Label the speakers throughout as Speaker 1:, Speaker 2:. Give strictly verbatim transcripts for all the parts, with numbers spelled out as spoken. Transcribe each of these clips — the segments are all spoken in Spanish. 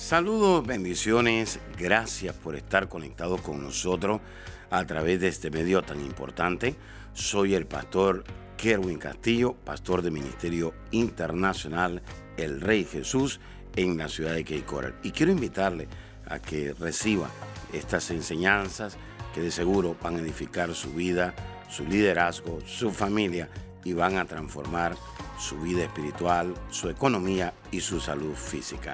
Speaker 1: Saludos, bendiciones, gracias por estar conectados con nosotros a través de este medio tan importante. Soy el pastor Kerwin Castillo, pastor de Ministerio Internacional El Rey Jesús en la ciudad de Cape Coral. Y quiero invitarle a que reciba estas enseñanzas que de seguro van a edificar su vida, su liderazgo, su familia y van a transformar su vida espiritual, su economía y su salud física.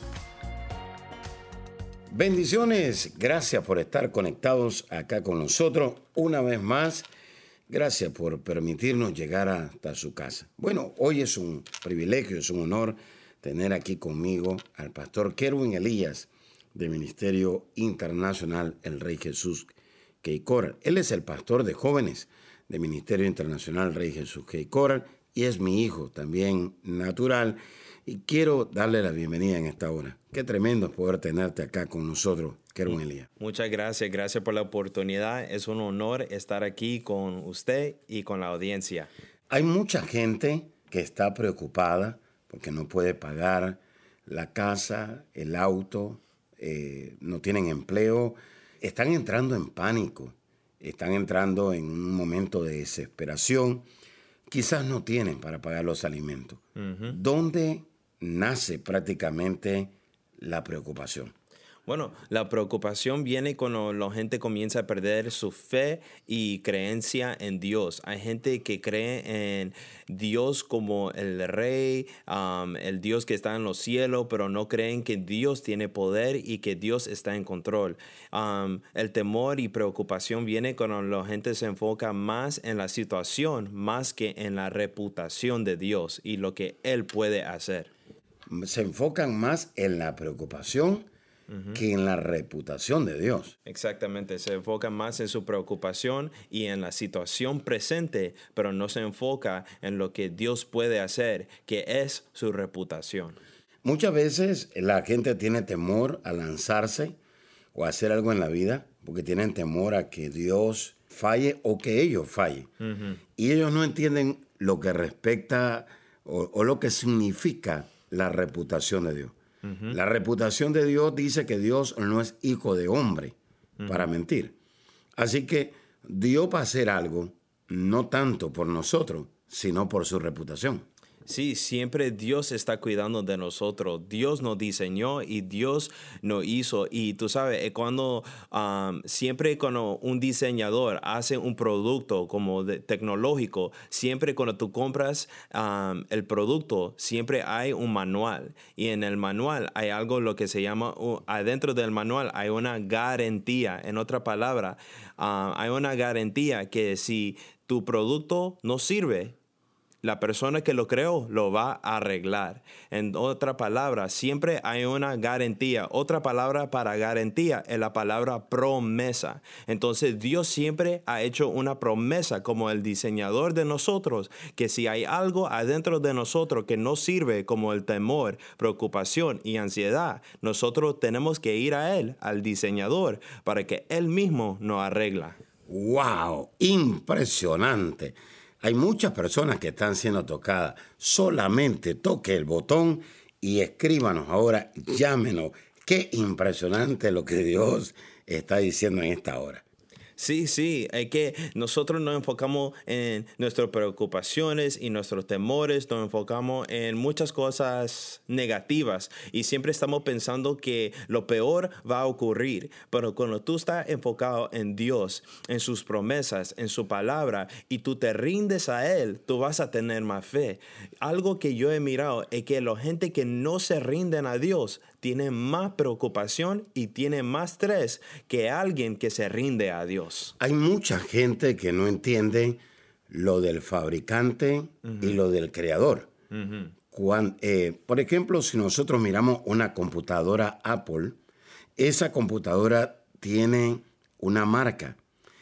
Speaker 1: Bendiciones, gracias por estar conectados acá con nosotros una vez más. Gracias por permitirnos llegar hasta su casa. Bueno, hoy es un privilegio, es un honor tener aquí conmigo al pastor Kerwin Elías de Ministerio Internacional El Rey Jesús Cape Coral. Él es el pastor de jóvenes de Ministerio Internacional El Rey Jesús Cape Coral y es mi hijo también natural. Y quiero darle la bienvenida en esta hora. Qué tremendo es poder tenerte acá con nosotros, Kerwin Elías.
Speaker 2: Muchas gracias, gracias por la oportunidad. Es un honor estar aquí con usted y con la audiencia.
Speaker 1: Hay mucha gente que está preocupada porque no puede pagar la casa, el auto, eh, no tienen empleo. Están entrando en pánico, están entrando en un momento de desesperación. Quizás no tienen para pagar los alimentos. Uh-huh. ¿Dónde nace prácticamente la preocupación?
Speaker 2: Bueno, la preocupación viene cuando la gente comienza a perder su fe y creencia en Dios. Hay gente que cree en Dios como el rey, um, el Dios que está en los cielos, pero no creen que Dios tiene poder y que Dios está en control. Um, el temor y preocupación viene cuando la gente se enfoca más en la situación, más que en la reputación de Dios y lo que Él puede hacer.
Speaker 1: Se enfocan más en la preocupación Uh-huh. que en la reputación de Dios.
Speaker 2: Exactamente, se enfoca más en su preocupación y en la situación presente, pero no se enfoca en lo que Dios puede hacer, que es su reputación.
Speaker 1: Muchas veces la gente tiene temor a lanzarse o a hacer algo en la vida porque tienen temor a que Dios falle o que ellos fallen. Uh-huh. Y ellos no entienden lo que respecta o, o lo que significa la reputación de Dios. Uh-huh. La reputación de Dios dice que Dios no es hijo de hombre uh-huh. para mentir. Así que Dios va a hacer algo no tanto por nosotros, sino por su reputación.
Speaker 2: Sí, siempre Dios está cuidando de nosotros. Dios nos diseñó y Dios nos hizo. Y tú sabes, cuando um, siempre cuando un diseñador hace un producto como de, tecnológico, siempre cuando tú compras um, el producto, siempre hay un manual. Y en el manual hay algo lo que se llama, uh, adentro del manual hay una garantía. En otra palabra, uh, hay una garantía que si tu producto no sirve, la persona que lo creó lo va a arreglar. En otra palabra, siempre hay una garantía. Otra palabra para garantía es la palabra promesa. Entonces, Dios siempre ha hecho una promesa como el diseñador de nosotros, que si hay algo adentro de nosotros que no sirve, como el temor, preocupación y ansiedad, nosotros tenemos que ir a Él, al diseñador, para que Él mismo nos arregla.
Speaker 1: ¡Wow! Impresionante. Hay muchas personas que están siendo tocadas. Solamente toque el botón y escríbanos ahora, llámenos. Qué impresionante lo que Dios está diciendo en esta hora.
Speaker 2: Sí, sí, es que nosotros nos enfocamos en nuestras preocupaciones y nuestros temores, nos enfocamos en muchas cosas negativas y siempre estamos pensando que lo peor va a ocurrir. Pero cuando tú estás enfocado en Dios, en sus promesas, en su palabra y tú te rindes a Él, tú vas a tener más fe. Algo que yo he mirado es que la gente que no se rinden a Dios tiene más preocupación y tiene más estrés que alguien que se rinde a Dios.
Speaker 1: Hay mucha gente que no entiende lo del fabricante uh-huh. y lo del creador. Uh-huh. Cuando, eh, por ejemplo, si nosotros miramos una computadora Apple, esa computadora tiene una marca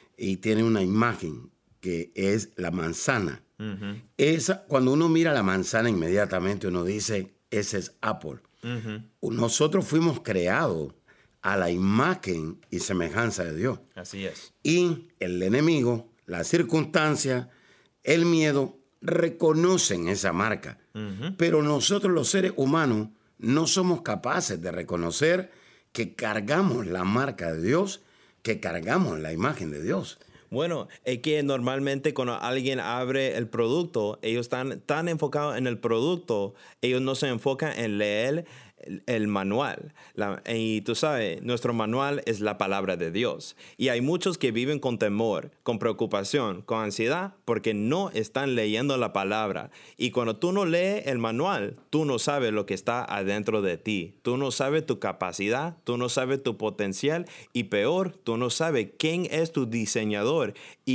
Speaker 1: y tiene una imagen que es la manzana. Uh-huh. Esa, cuando uno mira la manzana, inmediatamente uno dice, ese es Apple. Uh-huh. Nosotros fuimos creados a la imagen y semejanza de Dios.
Speaker 2: Así es.
Speaker 1: Y el enemigo, la circunstancia, el miedo, reconocen esa marca. Uh-huh. Pero nosotros los seres humanos no somos capaces de reconocer que cargamos la marca de Dios, que cargamos la imagen de Dios.
Speaker 2: Bueno, es que normalmente cuando alguien abre el producto, ellos están tan enfocados en el producto, ellos no se enfocan en leer el, el manual. La, y tú sabes, nuestro manual es la palabra de Dios. Y hay muchos que viven con temor, con preocupación, con ansiedad, porque no están leyendo la palabra. Y cuando tú no lees el manual, tú no sabes lo que está adentro de ti. Tú no sabes tu capacidad, tú no sabes tu potencial y peor, tú no sabes quién es tu diseñador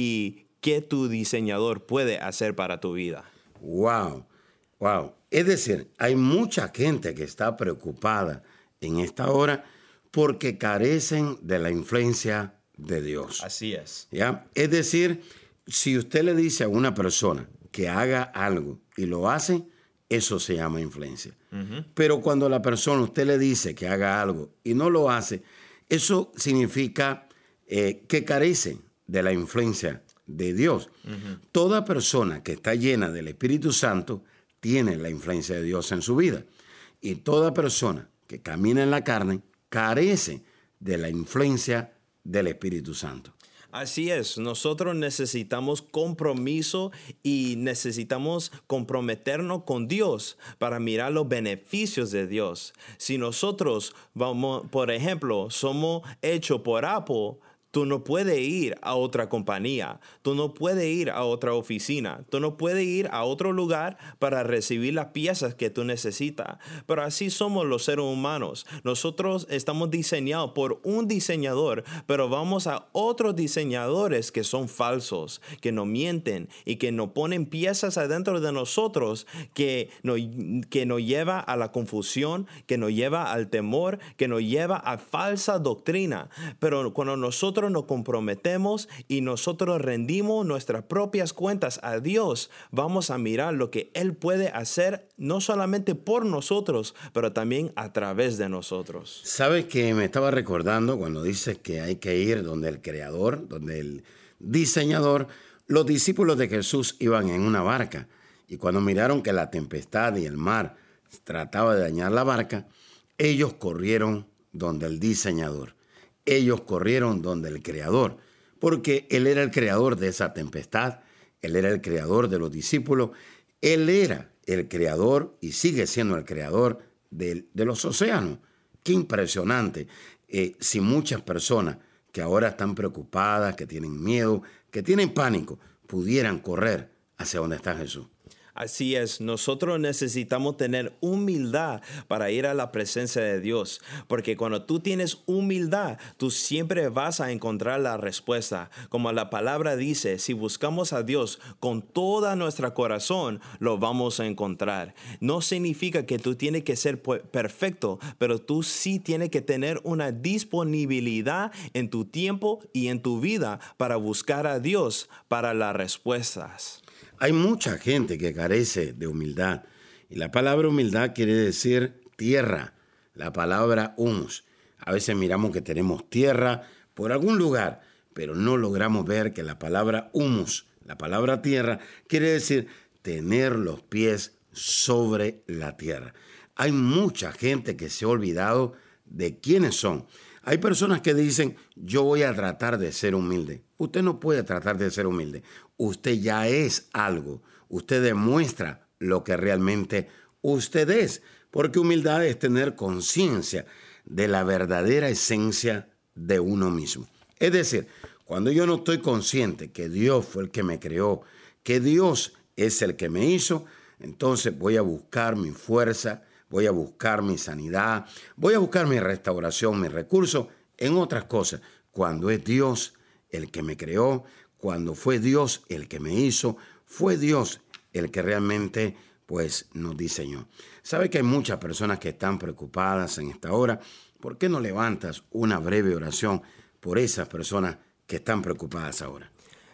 Speaker 2: y qué tu diseñador puede hacer para tu vida.
Speaker 1: Wow, wow. Es decir, hay mucha gente que está preocupada en esta hora porque carecen de la influencia de Dios.
Speaker 2: Así es.
Speaker 1: ¿Ya? Es decir, si usted le dice a una persona que haga algo y lo hace, eso se llama influencia. Uh-huh. Pero cuando la persona, usted le dice que haga algo y no lo hace, eso significa eh, que carece de la influencia de Dios. Uh-huh. Toda persona que está llena del Espíritu Santo tiene la influencia de Dios en su vida. Y toda persona que camina en la carne carece de la influencia del Espíritu Santo.
Speaker 2: Así es, nosotros necesitamos compromiso y necesitamos comprometernos con Dios para mirar los beneficios de Dios. Si nosotros, vamos, por ejemplo, somos hechos por Apple, tú no puedes ir a otra compañía, tú no puedes ir a otra oficina, tú no puedes ir a otro lugar para recibir las piezas que tú necesitas. Pero así somos los seres humanos. Nosotros estamos diseñados por un diseñador, pero vamos a otros diseñadores que son falsos, que nos mienten y que nos ponen piezas adentro de nosotros que nos, que nos lleva a la confusión, que nos lleva al temor, que nos lleva a falsa doctrina. Pero cuando nosotros nos comprometemos y nosotros rendimos nuestras propias cuentas a Dios, vamos a mirar lo que Él puede hacer no solamente por nosotros, pero también a través de nosotros.
Speaker 1: ¿Sabes que me estaba recordando cuando dices que hay que ir donde el Creador, donde el diseñador? Los discípulos de Jesús iban en una barca y cuando miraron que la tempestad y el mar trataba de dañar la barca, ellos corrieron donde el diseñador. Ellos corrieron donde el Creador, porque Él era el creador de esa tempestad, Él era el creador de los discípulos, Él era el creador y sigue siendo el creador de, de los océanos. Qué impresionante. Eh, si muchas personas que ahora están preocupadas, que tienen miedo, que tienen pánico, pudieran correr hacia donde está Jesús.
Speaker 2: Así es, nosotros necesitamos tener humildad para ir a la presencia de Dios, porque cuando tú tienes humildad, tú siempre vas a encontrar la respuesta. Como la palabra dice, si buscamos a Dios con toda nuestro corazón, lo vamos a encontrar. No significa que tú tienes que ser perfecto, pero tú sí tienes que tener una disponibilidad en tu tiempo y en tu vida para buscar a Dios para las respuestas.
Speaker 1: Hay mucha gente que carece de humildad. Y la palabra humildad quiere decir tierra. La palabra humus. A veces miramos que tenemos tierra por algún lugar, pero no logramos ver que la palabra humus, la palabra tierra, quiere decir tener los pies sobre la tierra. Hay mucha gente que se ha olvidado de quiénes son. Hay personas que dicen, yo voy a tratar de ser humilde. Usted no puede tratar de ser humilde. Usted ya es algo. Usted demuestra lo que realmente usted es. Porque humildad es tener conciencia de la verdadera esencia de uno mismo. Es decir, cuando yo no estoy consciente que Dios fue el que me creó, que Dios es el que me hizo, entonces voy a buscar mi fuerza, voy a buscar mi sanidad, voy a buscar mi restauración, mis recursos en otras cosas. Cuando es Dios el que me creó, cuando fue Dios el que me hizo, fue Dios el que realmente pues nos diseñó. ¿Sabe que hay muchas personas que están preocupadas en esta hora? ¿Por qué no levantas una breve oración por esas personas que están preocupadas ahora?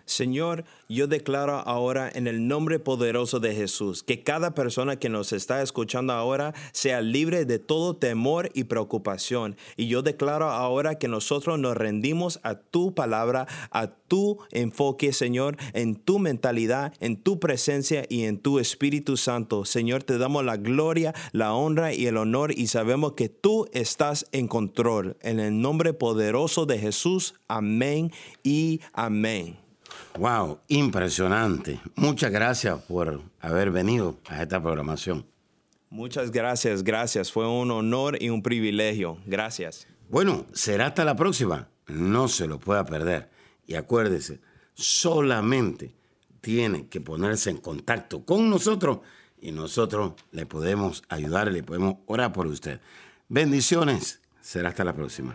Speaker 2: Señor, yo declaro ahora en el nombre poderoso de Jesús que cada persona que nos está escuchando ahora sea libre de todo temor y preocupación. Y yo declaro ahora que nosotros nos rendimos a tu palabra, a tu enfoque, Señor, en tu mentalidad, en tu presencia y en tu Espíritu Santo. Señor, te damos la gloria, la honra y el honor y sabemos que tú estás en control. En el nombre poderoso de Jesús, amén y amén.
Speaker 1: Wow, impresionante. Muchas gracias por haber venido a esta programación.
Speaker 2: Muchas gracias, gracias. Fue un honor y un privilegio. Gracias.
Speaker 1: Bueno, será hasta la próxima. No se lo pueda perder. Y acuérdese, solamente tiene que ponerse en contacto con nosotros y nosotros le podemos ayudar, le podemos orar por usted. Bendiciones. Será hasta la próxima.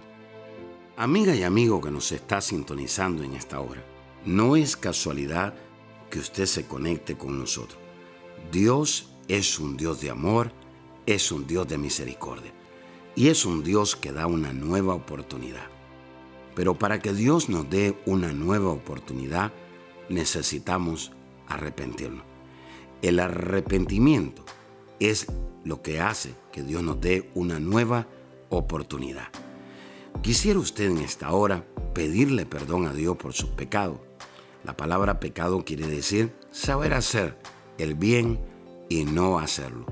Speaker 1: Amiga y amigo que nos está sintonizando en esta hora, no es casualidad que usted se conecte con nosotros. Dios es un Dios de amor, es un Dios de misericordia y es un Dios que da una nueva oportunidad. Pero para que Dios nos dé una nueva oportunidad, necesitamos arrepentirnos. El arrepentimiento es lo que hace que Dios nos dé una nueva oportunidad. Quisiera usted en esta hora pedirle perdón a Dios por sus pecados. La palabra pecado quiere decir saber hacer el bien y no hacerlo.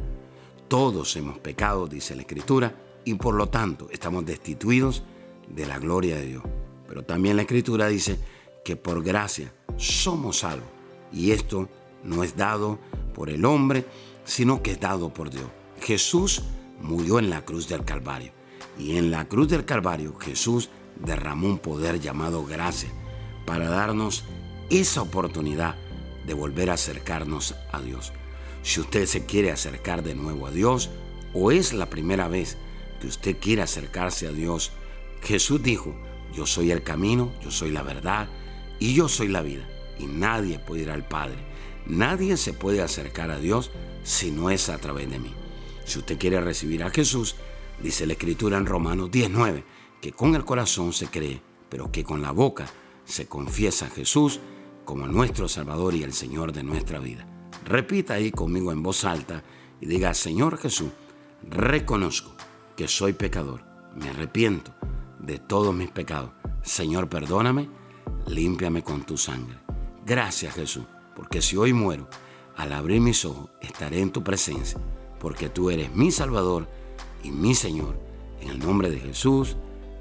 Speaker 1: Todos hemos pecado, dice la Escritura, y por lo tanto estamos destituidos de la gloria de Dios. Pero también la Escritura dice que por gracia somos salvos. Y esto no es dado por el hombre, sino que es dado por Dios. Jesús murió en la cruz del Calvario. Y en la cruz del Calvario Jesús derramó un poder llamado gracia para darnos esa oportunidad de volver a acercarnos a Dios. Si usted se quiere acercar de nuevo a Dios o es la primera vez que usted quiere acercarse a Dios, Jesús dijo, yo soy el camino, yo soy la verdad y yo soy la vida. Y nadie puede ir al Padre. Nadie se puede acercar a Dios si no es a través de mí. Si usted quiere recibir a Jesús, dice la Escritura en Romanos diez nueve, que con el corazón se cree, pero que con la boca se confiesa a Jesús como nuestro Salvador y el Señor de nuestra vida. Repita ahí conmigo en voz alta y diga, Señor Jesús, reconozco que soy pecador, me arrepiento de todos mis pecados. Señor, perdóname, límpiame con tu sangre. Gracias Jesús, porque si hoy muero, al abrir mis ojos estaré en tu presencia, porque tú eres mi Salvador y mi Señor. En el nombre de Jesús,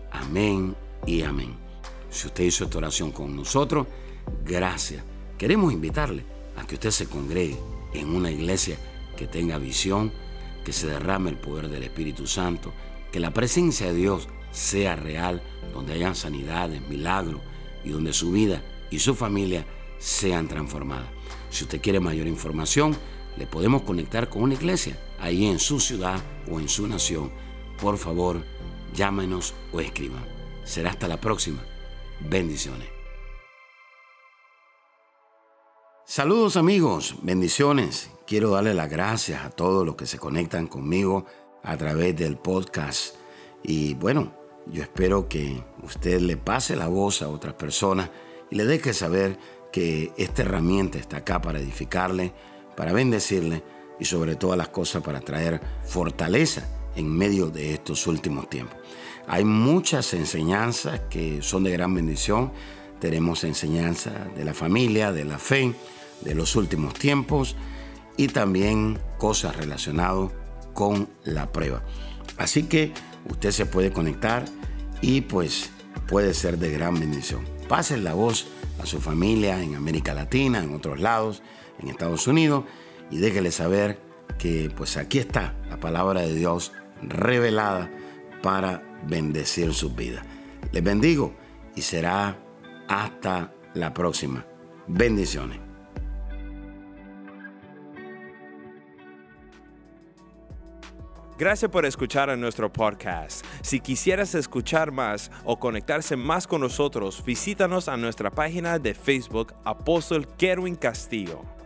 Speaker 1: amén y amén. Si usted hizo esta oración con nosotros, gracias. Queremos invitarle a que usted se congregue en una iglesia que tenga visión, que se derrame el poder del Espíritu Santo, que la presencia de Dios sea real, donde hayan sanidades, milagros y donde su vida y su familia sean transformadas. Si usted quiere mayor información, le podemos conectar con una iglesia ahí en su ciudad o en su nación. Por favor, llámenos o escriban. Será hasta la próxima. Bendiciones. Saludos amigos, bendiciones. Quiero darle las gracias a todos los que se conectan conmigo a través del podcast. Y bueno, yo espero que usted le pase la voz a otras personas y le deje saber que esta herramienta está acá para edificarle, para bendecirle y sobre todas las cosas para traer fortaleza en medio de estos últimos tiempos. Hay muchas enseñanzas que son de gran bendición. Tenemos enseñanzas de la familia, de la fe, de los últimos tiempos y también cosas relacionadas con la prueba. Así que usted se puede conectar y pues puede ser de gran bendición. Pasen la voz a su familia en América Latina, en otros lados, en Estados Unidos, y déjele saber que pues aquí está la palabra de Dios revelada para bendecir sus vidas. Les bendigo y será hasta la próxima. Bendiciones.
Speaker 2: Gracias por escuchar a nuestro podcast. Si quisieras escuchar más o conectarse más con nosotros, visítanos a nuestra página de Facebook, Apóstol Kerwin Castillo.